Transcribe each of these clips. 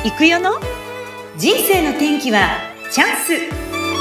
行くよの人生の天気はチャンス。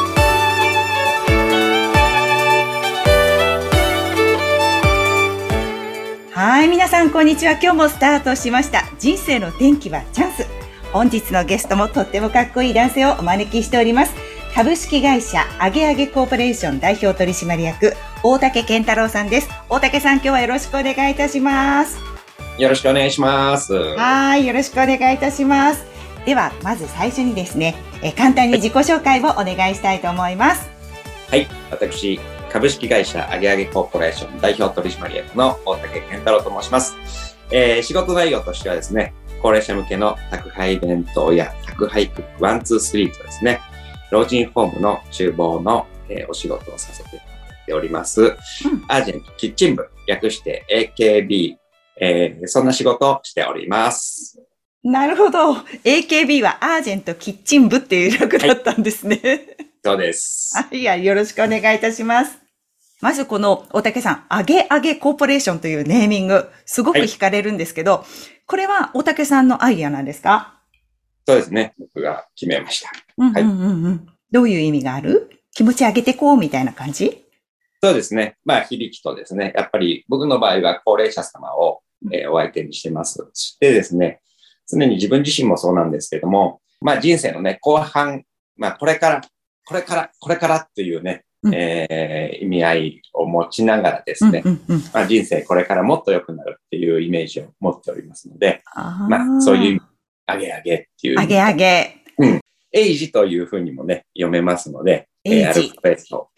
はい、皆さんこんにちは。今日もスタートしました人生の天気はチャンス。本日のゲストもとってもかっこいい男性をお招きしております。株式会社アゲアゲコーポレーション代表取締役大竹健太郎さんです。大竹さん、今日はよろしくお願いいたします。 よろしくお願いします。 はい、よろしくお願いいたします。ではまず最初にですね、簡単に自己紹介をお願いしたいと思います。 はい、私株式会社アゲアゲコーポレーション代表取締役の大竹健太郎と申します。仕事内容としてはですね、高齢者向けの宅配弁当や宅配クック1、2、3とですね、老人ホームの厨房の、お仕事をさせていただいております。アージェントキッチン部、略して AKB、そんな仕事をしております。 なるほど。AKB はアージェントキッチン部っていう略だったんですね。はい、 そうです。 いや、よろしくお願いいたします。まずこの大竹さん、アゲアゲコーポレーションというネーミング、すごく惹かれるんですけど、これは大竹さんのアイディアなんですか？ そうですね。僕が決めました。 どういう意味がある？気持ち上げてこうみたいな感じ？ そうですね。響きとですね、やっぱり僕の場合は高齢者様を、お相手にしてます。そしてですね、常に自分自身もそうなんですけども、人生のね、後半、これからっていうね、意味合いを持ちながらですね、人生これからもっと良くなるっていうイメージを持っておりますので、そういうあげあげっていう。 あげあげ。 エイジというふうにもね、読めますので、アルファベット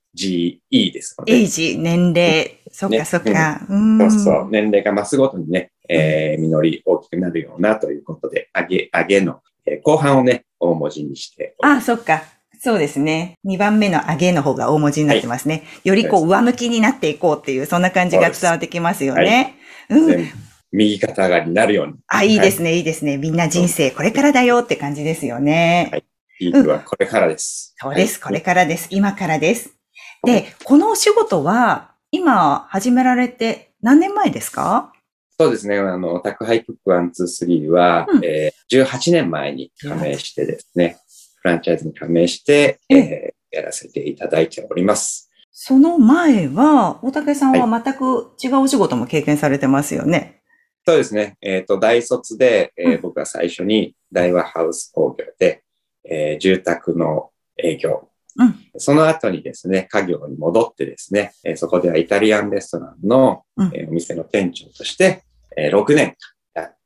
AGE ですので。 エイジ、年齢。そっかそっか。 そう。年齢が増すごとにね、実り大きくなるようなということで、あげの、後半をね、大文字にしております。 そっか。そうですね。2番目のあげの方が大文字になってますね。より上向きになっていこうっていう、そんな感じが伝わってきますよね。 右肩上がりになるように。 いいですね、いいですね。みんな人生これからだよって感じですよね。 はい。ピークはこれからです。 そうです、これからです。今からです。で、このお仕事は、今始められて何年前ですか？ そうですね。宅配クック1、2、3は、18年前に加盟してですね、フランチャイズに加盟して、やらせていただいております。 その前は、大竹さんは全く違うお仕事も経験されてますよね。 そうですね。大卒で、僕は最初に大和ハウス工業で、住宅の営業。その後にですね、家業に戻ってですね、そこではイタリアンレストランの、お店の店長として、6年間やって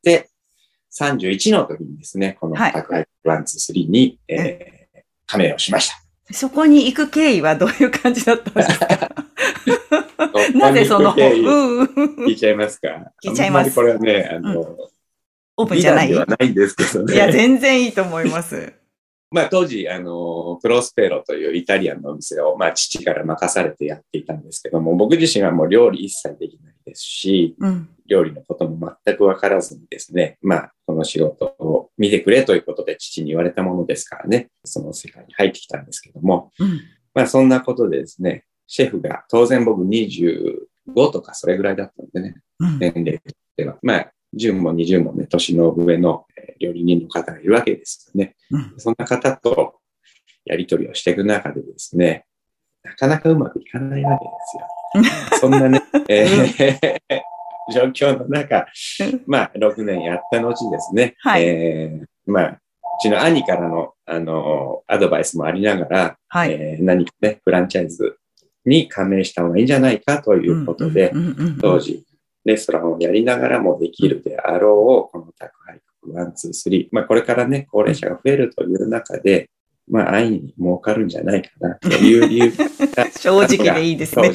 、31の時にですね、この宅配1、2、3に、加盟をしました。 そこに行く経緯はどういう感じだったんですか？なぜその、 聞いちゃいますか？ 聞いちゃいます。 これはね、 オープンじゃない？ 美談ではないんですけどね。 いや、全然いいと思います。 当時、プロスペロというイタリアンのお店を、父から任されてやっていたんですけども、僕自身はもう料理一切できないですし、料理のことも全くわからずにですね、この仕事を見てくれということで父に言われたものですからね、その世界に入ってきたんですけども、そんなことでですね、シェフが当然僕25とかそれぐらいだったんでね、年齢では。10も20もね、年の上の料理人の方がいるわけですよね。そんな方とやり取りをしていく中でですね、なかなかうまくいかないわけですよ。そんなね、状況の中、6年やった後ですね、うちの兄からの、アドバイスもありながら、何かね、フランチャイズに加盟した方がいいんじゃないかということで、当時、レストランをやりながらもできるであろう、この宅配クック1、2、3。これからね、高齢者が増えるという中で、安易に儲かるんじゃないかな、という理由が。 正直でいいですね。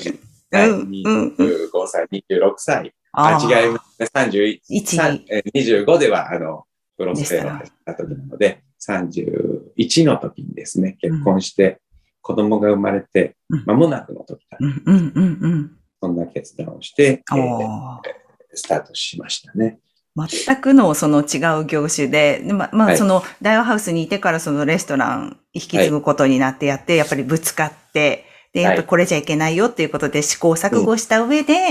25歳、26歳。違いますね。25では、プロスペロだった時なので、31の時にですね、結婚して、子供が生まれて、間もなくの時だったんです。そんな決断をして、スタートしましたね。 全くのその違う業種で、その大和ハウスにいてからそのレストラン引き継ぐことになってやって、やっぱりぶつかって、で、やっぱりこれじゃいけないよっていうことで試行錯誤した上で、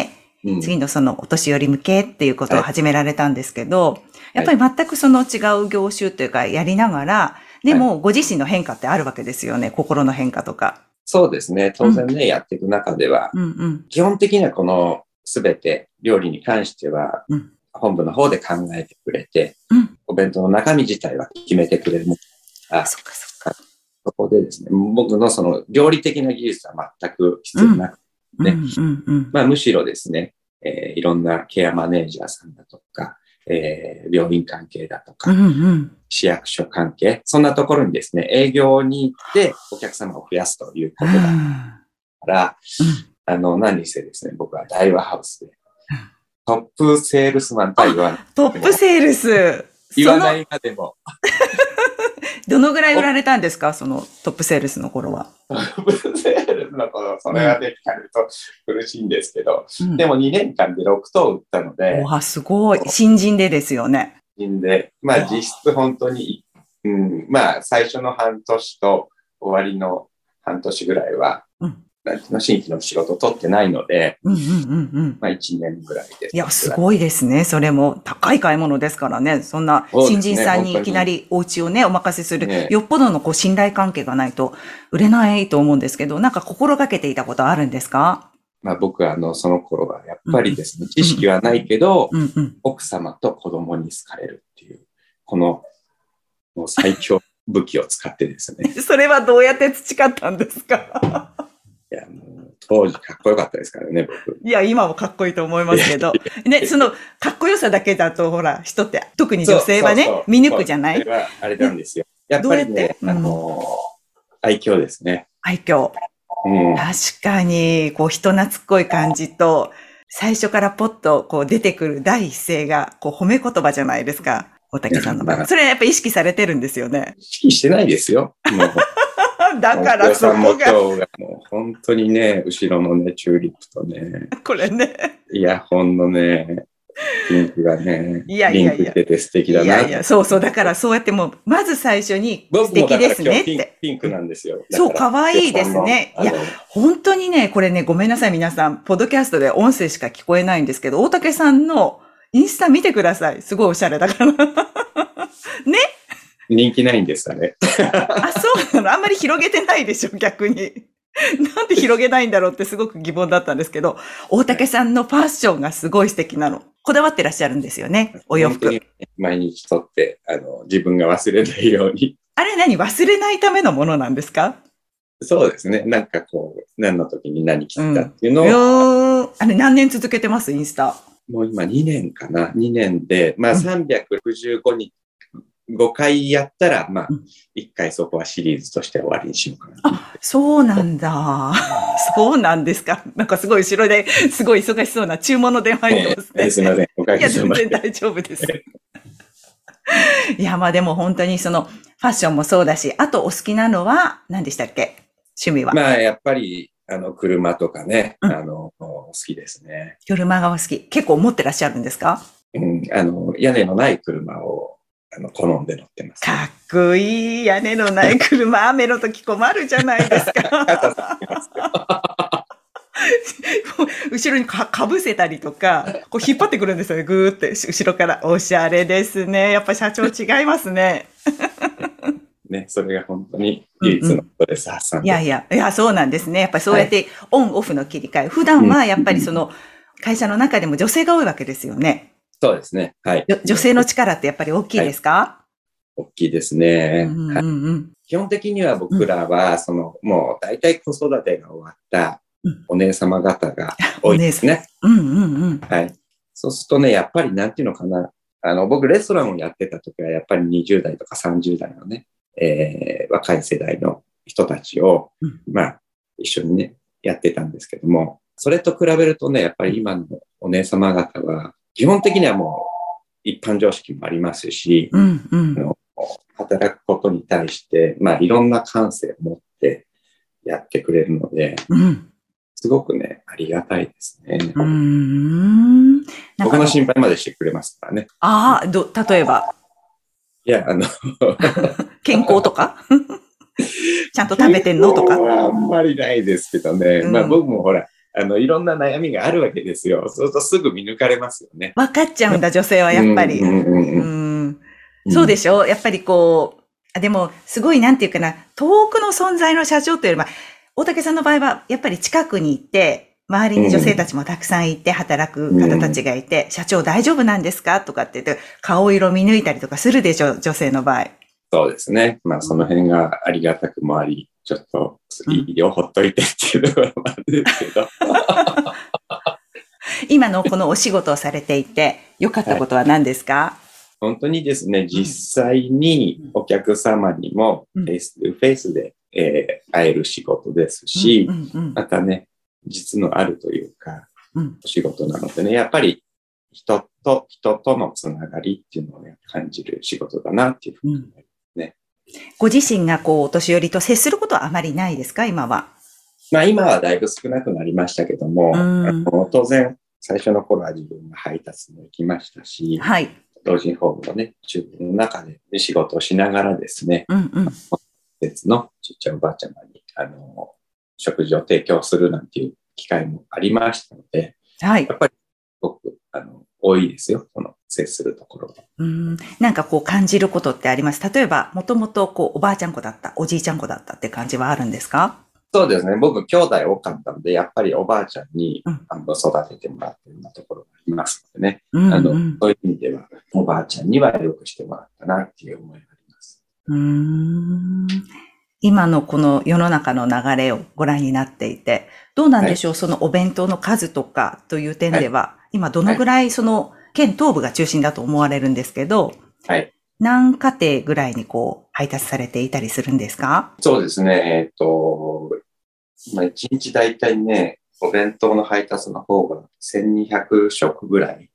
次のそのお年寄り向けっていうことを始められたんですけど、やっぱり全くその違う業種というかやりながら、でもご自身の変化ってあるわけですよね。心の変化とか。 そうですね。当然ね、やっていく中では、基本的にはこのすべて料理に関しては、本部の方で考えてくれて、お弁当の中身自体は決めてくれるものが、そこでですね、僕のその料理的な技術は全く必要なくて、むしろですね、いろんなケアマネージャーさんだとか、病院関係だとか、市役所関係、そんなところにですね、営業に行ってお客様を増やすということだから、何せですね、僕は大和ハウスで、トップセールスマンとは言わない。 トップセールス。 言わないまでも。 どのぐらい売られたんですか、そのトップセールスの頃は。 トップセールスの頃、それができたると苦しいんですけど、でも2年間で6頭売ったので。 わ、すごい。新人でですよね。 新人で。実質本当に、最初の半年と終わりの半年ぐらいは、新規の仕事を取ってないので、1年ぐらいで。 いや、すごいですね。それも高い買い物ですからね。そんな新人さんにいきなりお家をね、お任せする、よっぽどの信頼関係がないと売れないと思うんですけど、なんか心がけていたことあるんですか？ 僕はその頃はやっぱりですね、知識はないけど、奥様と子供に好かれるっていう、このもう最強武器を使ってですね。 それはどうやって培ったんですか？ いや、当時かっこよかったですからね、僕。 いや、今もかっこいいと思いますけど。ね、その、かっこよさだけだと、ほら、人って、特に女性はね、見抜くじゃない？ それはあれなんですよ。やっぱりね、愛嬌ですね。 愛嬌。確かに、人懐っこい感じと、最初からポッと出てくる第一声が、褒め言葉じゃないですか。大竹さんの場合。それはやっぱ意識されてるんですよね。 意識してないですよ。 だからそこが。 もう本当にね、後ろのね、チューリップとね。 これね。 イヤホンのね、ピンクがね、リンクしてて素敵だな。 そうそう。だからそうやってもう、まず最初に素敵ですねって。 ピンクなんですよ。 そう、可愛いですね。いや、本当にね、これね、ごめんなさい皆さん、ポッドキャストで音声しか聞こえないんですけど、大竹さんのインスタ見てください。すごいおしゃれだから。ね？ 人気ないんですかね。 そうなの。あんまり広げてないでしょ、逆に。なんで広げないんだろうってすごく疑問だったんですけど、大竹さんのファッションがすごい素敵なの。こだわってらっしゃるんですよね、お洋服。 毎日とって、自分が忘れないように。 あれ忘れないためのものなんですか？ そうですね。なんか何の時に何着てたっていうのを。 あれ何年続けてます、インスタ？ もう今2年かな。2年で、365日。5回やったら、1回そこはシリーズとして終わりにしようかな。 あ、そうなんだ。そうなんですか。なんかすごい後ろですごい忙しそうな注文の電話入ってますね。 すみません。おかげさまで。 いや、全然大丈夫です。いや、でも本当にそのファッションもそうだし、あとお好きなのは何でしたっけ？趣味は。 やっぱり、車とかね、好きですね。 車がお好き。結構持ってらっしゃるんですか？ 屋根のない車を、好んで乗ってます、 ね。かっこいい屋根のない車、雨の時困るじゃないですか。後ろにかぶせたりとか、引っ張ってくるんですよね、ぐーって、後ろから。おしゃれですね。やっぱ社長違いますね。 ね、それが本当に唯一のストレス発散で。 いや、そうなんですね。やっぱりそうやってオンオフの切り替え。普段はやっぱりその会社の中でも女性が多いわけですよね。 そうですね。はい。 女性の力ってやっぱり大きいですか？ 大きいですね。基本的には僕らは、もう大体子育てが終わったお姉様方が多いですね。はい。そうするとね、やっぱりなんていうのかな。僕レストランをやってた時はやっぱり20代とか30代のね、若い世代の人たちを、一緒にね、やってたんですけども、それと比べるとね、やっぱり今のお姉様方は、基本的にはもう一般常識もありますし、働くことに対して、いろんな感性を持ってやってくれるので、すごくね、ありがたいですね。僕の心配までしてくれますからね。 例えば。 いや、 健康とかちゃんと食べてんのとか。 あんまりないですけどね。僕もほら、 いろんな悩みがあるわけですよ。そうするとすぐ見抜かれますよね。 分かっちゃうんだ、女性はやっぱり。そうでしょ？やっぱりこう、でも、すごいなんていうかな、遠くの存在の社長というよりは、大竹さんの場合は、やっぱり近くに行って、周りに女性たちもたくさんいて、働く方たちがいて、社長大丈夫なんですかとかって言って、顔色見抜いたりとかするでしょ、女性の場合。 そうですね。まあ、その辺がありがたくもあり、ちょっと、いいよ、ほっといてっていうところもあるんですけど。 今のこのお仕事をされていて、良かったことは何ですか？ 本当にですね、実際にお客様にもフェイス2フェイスで、会える仕事ですし、またね、実のあるというか、お仕事なのでね、やっぱり人とのつながりっていうのをね、感じる仕事だなっていうふうに思いますね。 ご自身がこう、お年寄りと接することはあまりないですか、今は？ まあ今はだいぶ少なくなりましたけども、当然、最初の頃は自分が配達も行きましたし、はい。老人ホームのね、中部の中で仕事をしながらですね、別のちっちゃいおばあちゃまに、食事を提供するなんていう機会もありましたので、はい。やっぱり、すごく、多いですよ、その、接するところは。 なんかこう感じることってあります？例えば、もともとこう、おばあちゃん子だった、おじいちゃん子だったって感じはあるんですか？ そうですね。僕、兄弟多かったので、やっぱりおばあちゃんに、育ててもらっているようなところがありますのでね。そういう意味では、おばあちゃんにはよくしてもらったなっていう思いがあります。 今のこの世の中の流れをご覧になっていて、どうなんでしょう、はい、そのお弁当の数とかという点では、はい、今どのぐらいその県東部が中心だと思われるんですけど、はい、何家庭ぐらいにこう配達されていたりするんですか？ そうですね。まあ、1日だいたいね、お弁当の配達の方が1200食ぐらい。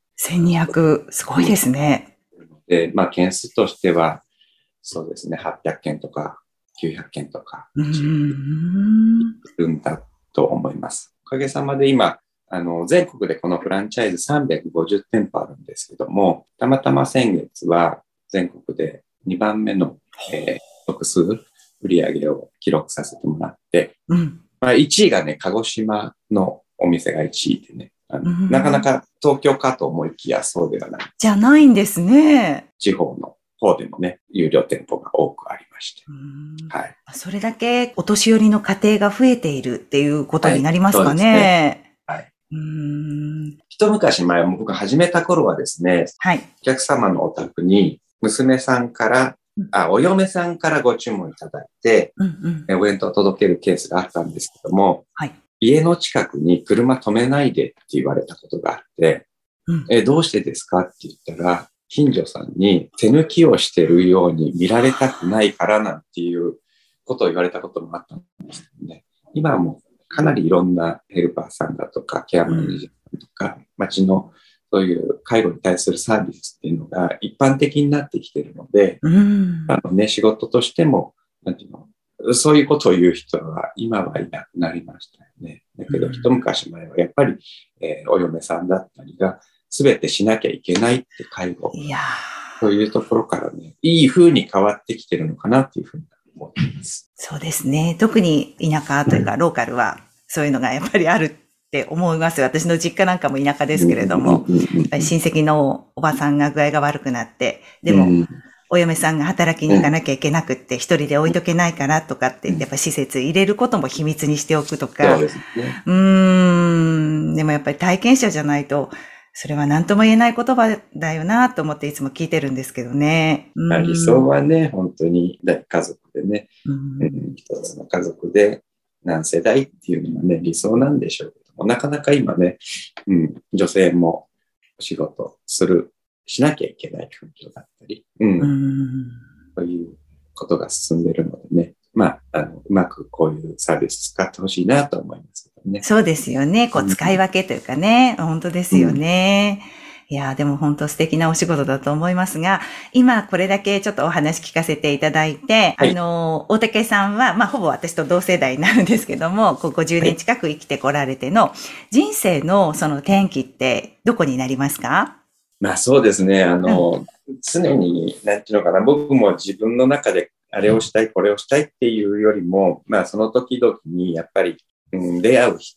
1200、すごいですね。 で、まあ、件数としては、そうですね、800件とか900件とか、いるんだと思います。おかげさまで今、全国でこのフランチャイズ350店舗あるんですけども、たまたま先月は全国で2番目の、特数売上を記録させてもらって、まあ、1位がね、鹿児島のお店が1位でね、なかなか東京かと思いきやそうではない。 じゃないんですね。 地方の方でもね、有料店舗が多くありまして。 はい。それだけお年寄りの家庭が増えているっていうことになりますかね。 はい。一昔前、僕始めた頃はですね、はい。お客様のお宅に娘さんから、お嫁さんからご注文いただいて、お弁当を届けるケースがあったんですけども、はい、家の近くに車止めないでって言われたことがあって、どうしてですかって言ったら、近所さんに手抜きをしてるように見られたくないからなんていうことを言われたこともあったんですけどね。今はもうかなりいろんなヘルパーさんだとか、ケアマネージャーさんとか、町のそういう介護に対するサービスっていうのが一般的になってきているので、仕事としても、なんていうの、そういうことを言う人は今はいなくなりましたよね。だけど、一昔前はやっぱり、お嫁さんだったりが全てしなきゃいけないって介護。そういうところからね、いい風に変わってきてるのかなっていうふうに思っています。 そうですね。特に田舎というか、ローカルはそういうのがやっぱりあるって思います。私の実家なんかも田舎ですけれども、親戚のおばさんが具合が悪くなって、でも、お嫁さんが働きに行かなきゃいけなくって、一人で置いとけないからとかって、やっぱ施設入れることも秘密にしておくとか。そうですね。でもやっぱり体験者じゃないと、それは何とも言えない言葉だよなと思っていつも聞いてるんですけどね。 理想はね、本当に家族でね、一つの家族で何世代っていうのがね、理想なんでしょうけども、なかなか今ね、女性もお仕事しなきゃいけない環境だったり、そういうことが進んでるのでね、まあ、うまくこういうサービス使ってほしいなと思いますけどね。 そうですよね。こう使い分けというかね、本当ですよね。いや、でも本当素敵なお仕事だと思いますが、今これだけちょっとお話聞かせていただいて、はい、大竹さんは、まあほぼ私と同世代になるんですけども、ここ10年近く生きてこられての、人生のその転機ってどこになりますか？ まあそうですね。常に、なんていうのかな、僕も自分の中であれをしたい、これをしたいっていうよりも、まあその時々にやっぱり、出会う人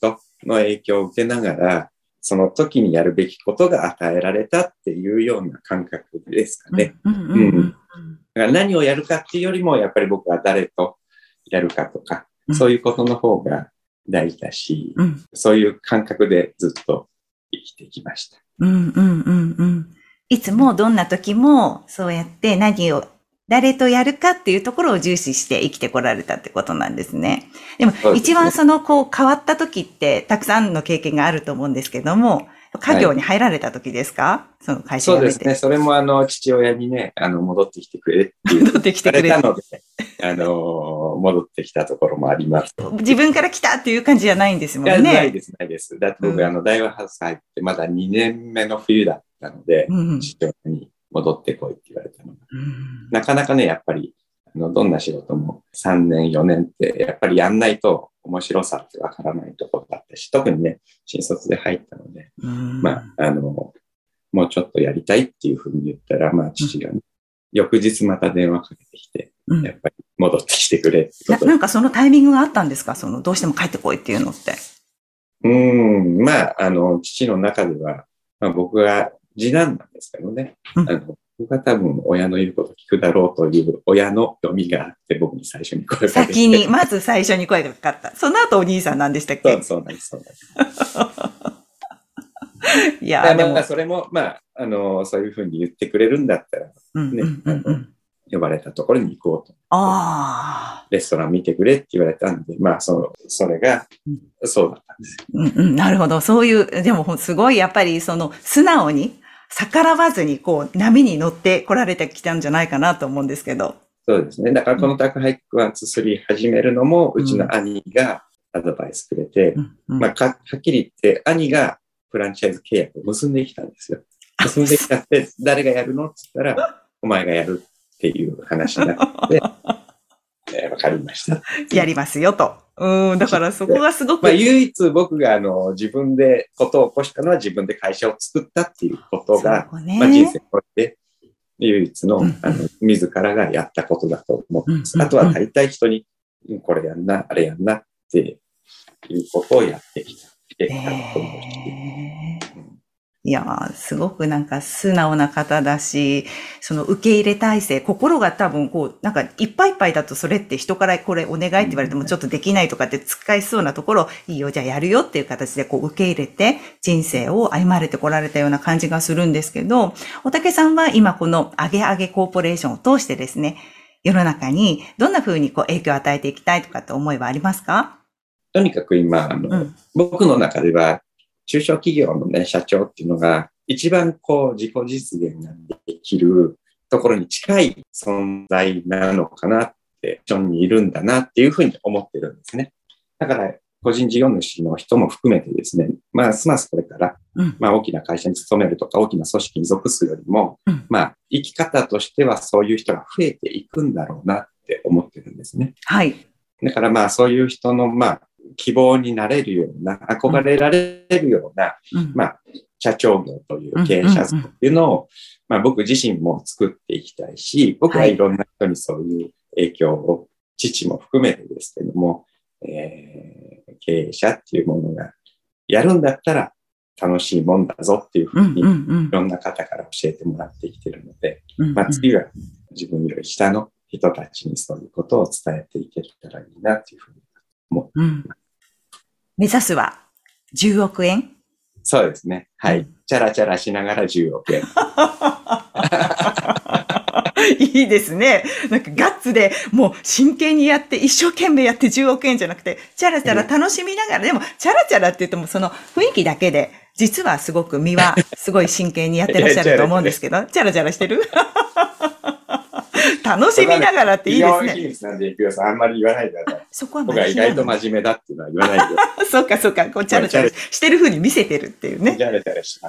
の影響を受けながら、その時にやるべきことが与えられたっていうような感覚ですかね。だから何をやるかっていうよりも、やっぱり僕は誰とやるかとか、そういうことの方が大事だし、そういう感覚でずっと生きてきました。 いつもどんな時もそうやって誰とやるかっていうところを重視して生きてこられたってことなんですね。でも、一番変わった時ってたくさんの経験があると思うんですけども、家業に入られた時ですか？その会社辞めて。 そうですね。それも父親にね、戻ってきてくれって言戻ってきてくれたので、戻ってきたところもあります。 自分から来たっていう感じじゃないんですもんね。 ないです。だって僕、大和ハウス入ってまだ2年目の冬だったので、父親に戻ってこいって言われたのが。なかなかね、やっぱり、どんな仕事も3年、4年って、やっぱりやんないと面白さってわからないところだったし、特にね、新卒で入ったので、もうちょっとやりたいっていうふうに言ったら、父がね、翌日また電話かけてきて、やっぱり戻ってきてくれってこと。 なんかそのタイミングがあったんですか？どうしても帰ってこいっていうのって。 父の中では、僕が次男なんですけどね、僕は多分親の言うこと聞くだろうという親の読みがあって僕に最初に声をかけて。 まず最初に声がかかった。その後お兄さんなんでしたっけ？ そうなんです。 いや、 でもそれも、そういうふうに言ってくれるんだったら、呼ばれたところに行こうと。レストラン見てくれって言われたんで、それが、そうだったんです。 なるほど。そういう、でもすごいやっぱり素直に、逆らわずに波に乗って来られてきたんじゃないかなと思うんですけど。 そうですね。だからこの宅配クワンツ3始めるのも、うちの兄がアドバイスくれて、はっきり言って兄がフランチャイズ契約を結んできたんですよ。結んできたって、誰がやるのって言ったら、お前がやるっていう話になって、わかりました。 やりますよと。だからそこがすごく。 唯一僕が自分でことを起こしたのは自分で会社を作ったっていうことが、人生において唯一の、自らがやったことだと思います。あとは大体人に、これやんな、あれやんなっていうことをやってきたと思うし。 いやすごくなんか素直な方だし、受け入れ体制、心が多分なんかいっぱいいっぱいだとそれって人からこれお願いって言われてもちょっとできないとかって使いそうなところ、いいよ、じゃあやるよっていう形で受け入れて人生を歩まれてこられたような感じがするんですけど、おたけさんは今このあげあげコーポレーションを通してですね、世の中にどんな風に影響を与えていきたいとかって思いはありますか？ とにかく今、僕の中では中小企業のね、社長っていうのが一番自己実現ができるところに近い存在なのかなって、一緒にいるんだなっていうふうに思ってるんですね。だから個人事業主の人も含めてですね、ますますこれから、大きな会社に勤めるとか大きな組織に属すよりも、生き方としてはそういう人が増えていくんだろうなって思ってるんですね。 はい。 だからそういう人の希望になれるような、憧れられるような、社長業という経営者像っていうのを、僕自身も作っていきたいし、僕はいろんな人にそういう影響を、父も含めてですけども、経営者っていうものがやるんだったら楽しいもんだぞっていうふうに、いろんな方から教えてもらってきてるので、次は自分より下の人たちにそういうことを伝えていけたらいいなっていうふうに思っています。 目指すは10億円？ そうですね。はい。チャラチャラしながら10億円。 いいですね。なんかガッツでもう真剣にやって一生懸命やって10億円じゃなくて、チャラチャラ楽しみながら、でもチャラチャラって言ってもその雰囲気だけで、実はすごく身はすごい真剣にやってらっしゃると思うんですけど、チャラチャラしてる楽しみながらっていいですね。 企業秘密なんで、いくよさんあんまり言わないでください。 そこは僕は意外と真面目だっていうのは言わないで。 そうか。チャラチャラしてる風に見せてるっていうね。 チャラチャラします。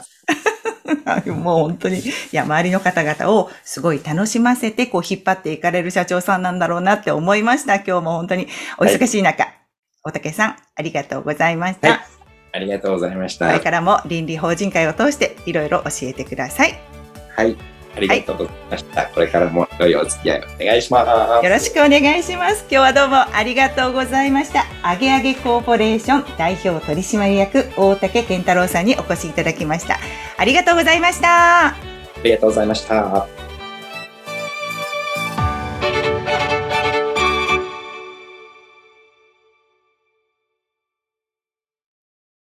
もう本当に、周りの方々をすごい楽しませて、引っ張っていかれる社長さんなんだろうなって思いました。今日も本当にお忙しい中、おたけさん、ありがとうございました。はい、 ありがとうございました。 これからも倫理法人会を通していろいろ教えてください。 はい。 ありがとうございました。これからも良いお付き合いお願いします。 よろしくお願いします。今日はどうもありがとうございました。アゲアゲコーポレーション代表取締役大竹健太郎さんにお越しいただきました。ありがとうございました。 ありがとうございました。